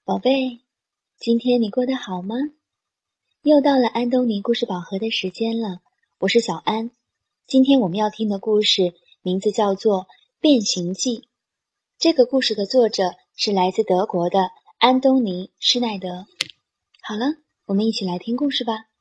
宝贝，今天你过得好吗？又到了安东尼故事宝盒的时间了，我是小安。今天我们要听的故事名字叫做《变形记》。这个故事的作者是来自德国的安东尼·施耐德。好了，我们一起来听故事吧。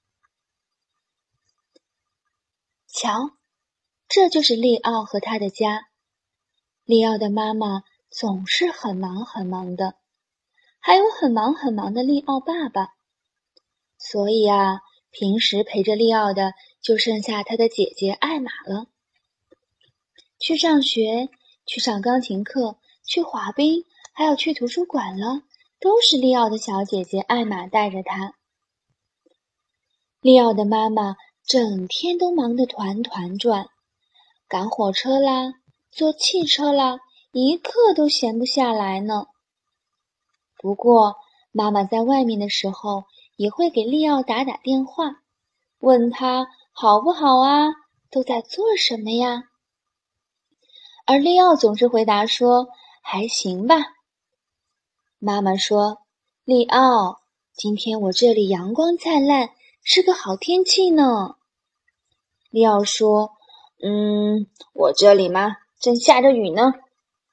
瞧，这就是利奥和他的家。利奥的妈妈总是很忙很忙的，还有很忙很忙的利奥爸爸。所以啊，平时陪着利奥的就剩下他的姐姐艾玛了。去上学，去上钢琴课，去滑冰，还有去图书馆了，都是利奥的小姐姐艾玛带着他。利奥的妈妈整天都忙得团团转，赶火车啦，坐汽车啦，一刻都闲不下来呢。不过，妈妈在外面的时候也会给利奥打电话，问他好不好啊，都在做什么呀？而利奥总是回答说，还行吧。妈妈说，利奥，今天我这里阳光灿烂，是个好天气呢。利奥说，我这里嘛，正下着雨呢。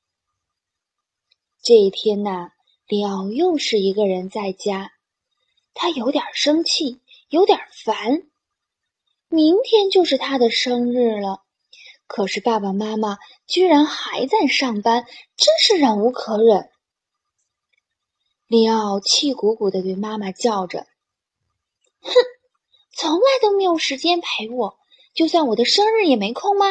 这一天呐，利奥又是一个人在家，他有点生气，有点烦。明天就是他的生日了，可是爸爸妈妈居然还在上班，真是忍无可忍。利奥气鼓鼓地对妈妈叫着：“哼，从来都没有时间陪我，就算我的生日也没空吗？”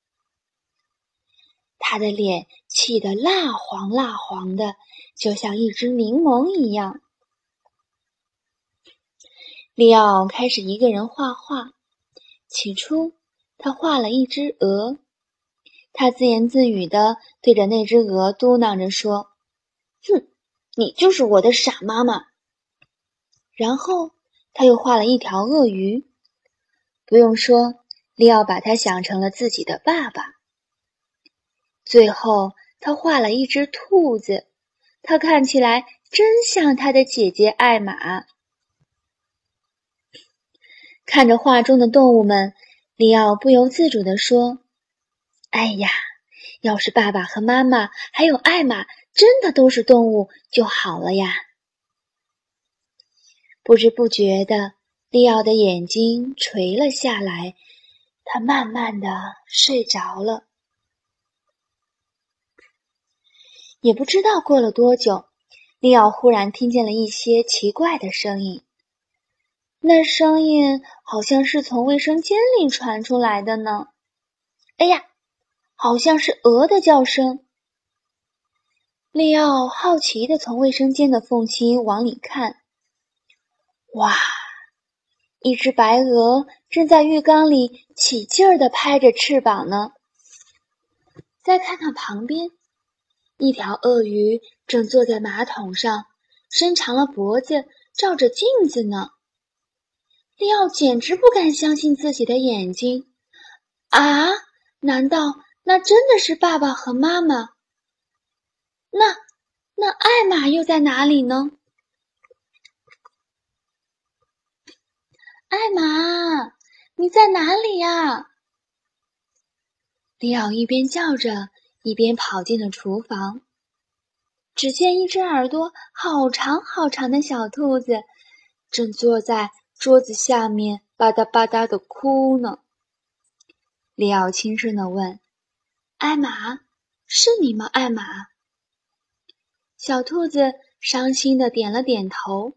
他的脸气得蜡黄蜡黄的，就像一只柠檬一样。利奥开始一个人画画。起初，他画了一只鹅。他自言自语地对着那只鹅嘟囔着说：“哼，你就是我的傻妈妈。”然后他又画了一条鳄鱼。不用说，利奥把他想成了自己的爸爸。最后，他画了一只兔子，它看起来真像他的姐姐艾玛。看着画中的动物们，利奥不由自主地说：“哎呀，要是爸爸和妈妈还有艾玛真的都是动物就好了呀。”不知不觉的，利奥的眼睛垂了下来，他慢慢的睡着了。也不知道过了多久，利奥忽然听见了一些奇怪的声音。那声音好像是从卫生间里传出来的呢。哎呀，好像是鹅的叫声。利奥好奇地从卫生间的缝隙往里看。哇，一只白鹅正在浴缸里起劲儿地拍着翅膀呢。再看看旁边，一条鳄鱼正坐在马桶上，伸长了脖子，照着镜子呢。利奥简直不敢相信自己的眼睛。啊，难道那真的是爸爸和妈妈？那艾玛又在哪里呢？艾玛，你在哪里呀？利奥一边叫着，一边跑进了厨房。只见一只耳朵好长好长的小兔子，正坐在桌子下面吧嗒吧嗒地哭呢。利奥轻声地问：“艾玛，是你吗？艾玛？”小兔子伤心地点了点头。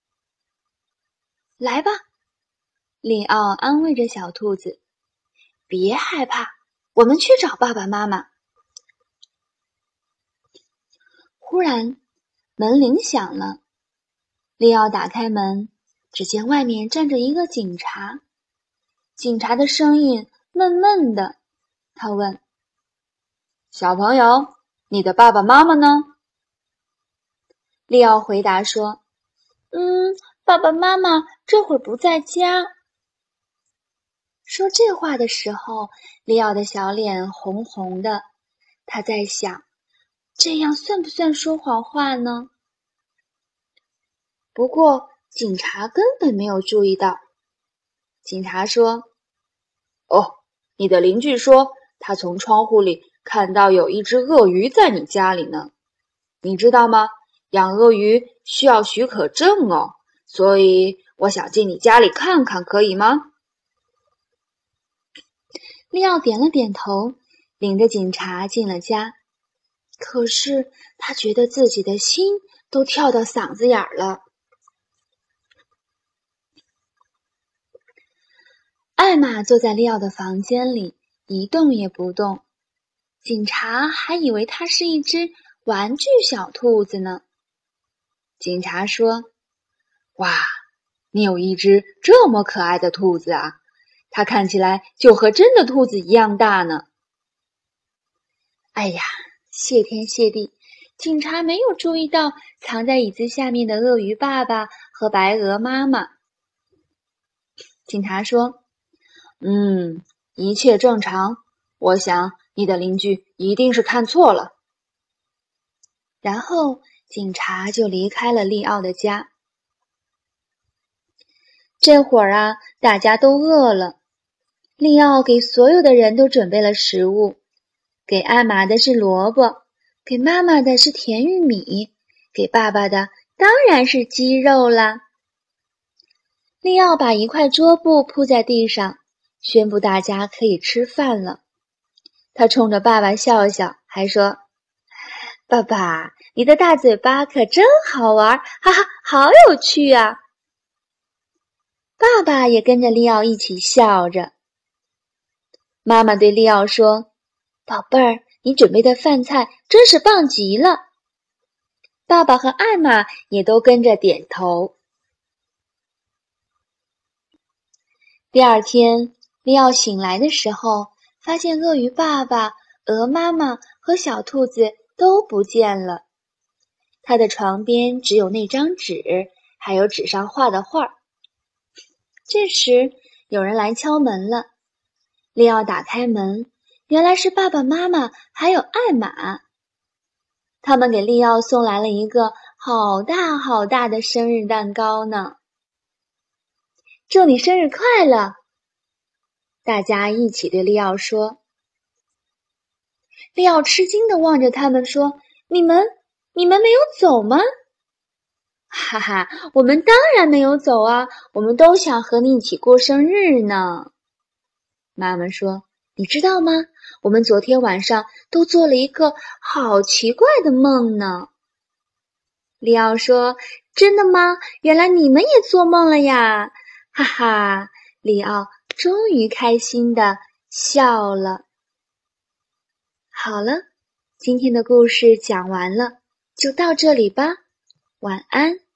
来吧，利奥安慰着小兔子，别害怕，我们去找爸爸妈妈。忽然，门铃响了。利奥打开门，只见外面站着一个警察。警察的声音闷闷的，他问：“小朋友，你的爸爸妈妈呢？”利奥回答说：“爸爸妈妈这会儿不在家。”说这话的时候，利奥的小脸红红的。他在想，这样算不算说谎话呢？ 不过警察根本没有注意到。警察说：“哦，你的邻居说他从窗户里看到有一只鳄鱼在你家里呢。你知道吗？养鳄鱼需要许可证哦，所以我想进你家里看看，可以吗？”利奥点了点头，领着警察进了家。可是他觉得自己的心都跳到嗓子眼儿了。艾玛坐在利奥的房间里，一动也不动。警察还以为它是一只玩具小兔子呢。警察说：“哇，你有一只这么可爱的兔子啊！它看起来就和真的兔子一样大呢。”哎呀，谢天谢地，警察没有注意到藏在椅子下面的鳄鱼爸爸和白鹅妈妈。警察说：“一切正常。我想你的邻居一定是看错了。”然后警察就离开了利奥的家。这会儿啊，大家都饿了。利奥给所有的人都准备了食物，给艾玛的是萝卜，给妈妈的是甜玉米，给爸爸的当然是鸡肉啦。利奥把一块桌布铺在地上，宣布大家可以吃饭了。他冲着爸爸笑笑，还说：“爸爸，你的大嘴巴可真好玩，哈哈，好有趣啊！”爸爸也跟着利奥一起笑着。妈妈对利奥说：“宝贝儿，你准备的饭菜真是棒极了。”爸爸和艾玛也都跟着点头。第二天，利奥醒来的时候，发现鳄鱼爸爸、鹅妈妈和小兔子都不见了。他的床边只有那张纸，还有纸上画的画。这时，有人来敲门了。利奥打开门，原来是爸爸妈妈还有艾玛。他们给利奥送来了一个好大好大的生日蛋糕呢。祝你生日快乐！大家一起对利奥说。利奥吃惊地望着他们说：“你们没有走吗？”“哈哈，我们当然没有走啊，我们都想和你一起过生日呢。”妈妈说：“你知道吗？我们昨天晚上都做了一个好奇怪的梦呢。”利奥说：“真的吗？原来你们也做梦了呀！”哈哈，利奥终于开心地笑了。好了，今天的故事讲完了，就到这里吧，晚安。